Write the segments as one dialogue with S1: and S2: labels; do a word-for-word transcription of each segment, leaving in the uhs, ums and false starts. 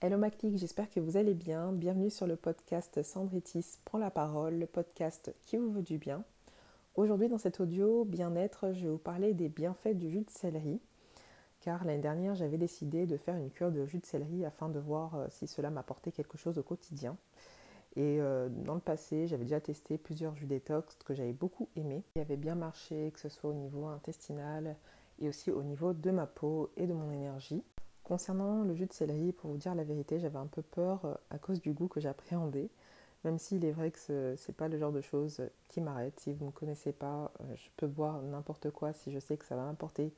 S1: Hello ma clique, j'espère que vous allez bien. Bienvenue sur le podcast Sandritis prend la parole, le podcast qui vous veut du bien. Aujourd'hui dans cet audio bien-être, je vais vous parler des bienfaits du jus de céleri. Car l'année dernière, j'avais décidé de faire une cure de jus de céleri afin de voir si cela m'apportait quelque chose au quotidien. Et euh, dans le passé, j'avais déjà testé plusieurs jus détox que j'avais beaucoup aimé, qui avaient bien marché, que ce soit au niveau intestinal et aussi au niveau de ma peau et de mon énergie. Concernant le jus de céleri, pour vous dire la vérité, j'avais un peu peur euh, à cause du goût que j'appréhendais, même s'il est vrai que ce n'est pas le genre de choses qui m'arrête. Si vous ne me connaissez pas, euh, je peux boire n'importe quoi si je sais que ça va m'apporter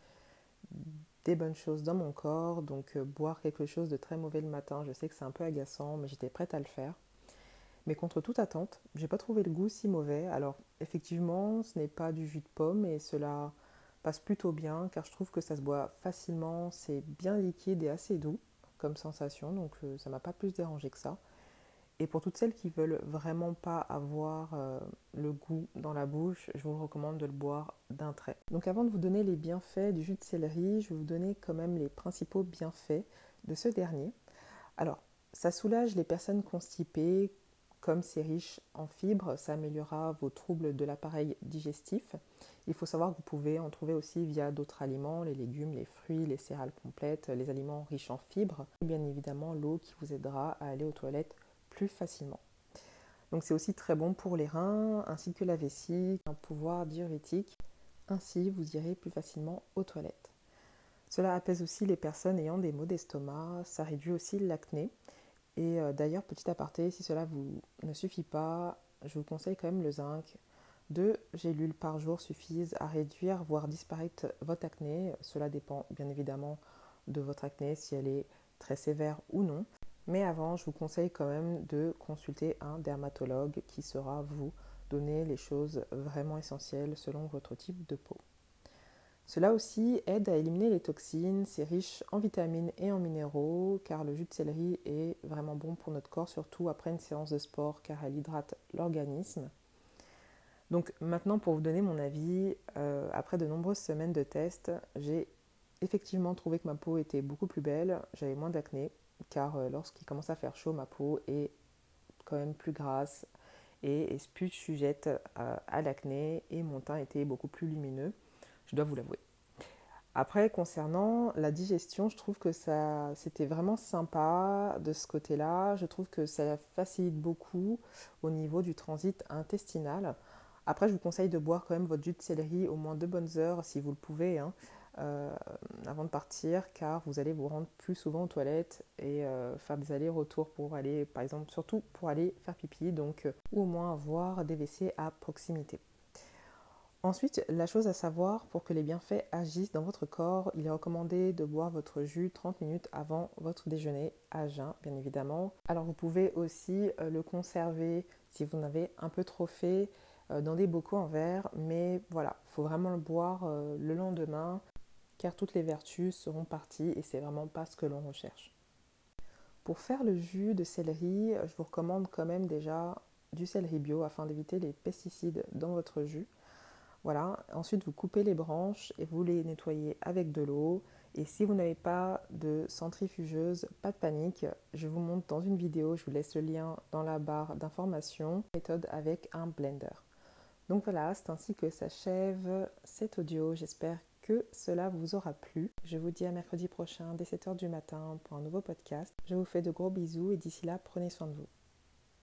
S1: des bonnes choses dans mon corps. Donc euh, boire quelque chose de très mauvais le matin, je sais que c'est un peu agaçant, mais j'étais prête à le faire. Mais contre toute attente, j'ai pas trouvé le goût si mauvais. Alors effectivement, ce n'est pas du jus de pomme et cela passe plutôt bien car je trouve que ça se boit facilement, c'est bien liquide et assez doux comme sensation, donc euh, ça m'a pas plus dérangé que ça. Et pour toutes celles qui veulent vraiment pas avoir euh, le goût dans la bouche, je vous recommande de le boire d'un trait. Donc avant de vous donner les bienfaits du jus de céleri, je vais vous donner quand même les principaux bienfaits de ce dernier. Alors, ça soulage les personnes constipées. Comme c'est riche en fibres, ça améliorera vos troubles de l'appareil digestif. Il faut savoir que vous pouvez en trouver aussi via d'autres aliments, les légumes, les fruits, les céréales complètes, les aliments riches en fibres, et bien évidemment l'eau qui vous aidera à aller aux toilettes plus facilement. Donc c'est aussi très bon pour les reins ainsi que la vessie, un pouvoir diurétique. Ainsi, vous irez plus facilement aux toilettes. Cela apaise aussi les personnes ayant des maux d'estomac, ça réduit aussi l'acné. Et euh, d'ailleurs, petit aparté, si cela vous ne suffit pas, je vous conseille quand même le zinc. Deux gélules par jour suffisent à réduire, voire disparaître votre acné. Cela dépend bien évidemment de votre acné, si elle est très sévère ou non. Mais avant, je vous conseille quand même de consulter un dermatologue qui saura vous donner les choses vraiment essentielles selon votre type de peau. Cela aussi aide à éliminer les toxines, c'est riche en vitamines et en minéraux car le jus de céleri est vraiment bon pour notre corps, surtout après une séance de sport car elle hydrate l'organisme. Donc maintenant pour vous donner mon avis, euh, après de nombreuses semaines de tests, j'ai effectivement trouvé que ma peau était beaucoup plus belle, j'avais moins d'acné car euh, lorsqu'il commence à faire chaud, ma peau est quand même plus grasse et est plus sujette à, à l'acné et mon teint était beaucoup plus lumineux, je dois vous l'avouer. Après, concernant la digestion, je trouve que ça, c'était vraiment sympa de ce côté-là. Je trouve que ça facilite beaucoup au niveau du transit intestinal. Après, je vous conseille de boire quand même votre jus de céleri au moins deux bonnes heures, si vous le pouvez, hein, euh, avant de partir, car vous allez vous rendre plus souvent aux toilettes et euh, faire des allers-retours pour aller, par exemple, surtout pour aller faire pipi, donc, euh, ou au moins avoir des W C à proximité. Ensuite, la chose à savoir, pour que les bienfaits agissent dans votre corps, il est recommandé de boire votre jus trente minutes avant votre déjeuner, à jeun bien évidemment. Alors vous pouvez aussi euh, le conserver si vous en avez un peu trop fait euh, dans des bocaux en verre, mais voilà, il faut vraiment le boire euh, le lendemain car toutes les vertus seront parties et c'est vraiment pas ce que l'on recherche. Pour faire le jus de céleri, je vous recommande quand même déjà du céleri bio afin d'éviter les pesticides dans votre jus. Voilà, ensuite vous coupez les branches et vous les nettoyez avec de l'eau. Et si vous n'avez pas de centrifugeuse, pas de panique, je vous montre dans une vidéo, je vous laisse le lien dans la barre d'informations, méthode avec un blender. Donc voilà, c'est ainsi que s'achève cet audio, j'espère que cela vous aura plu. Je vous dis à mercredi prochain dès sept heures du matin pour un nouveau podcast. Je vous fais de gros bisous et d'ici là, prenez soin de vous.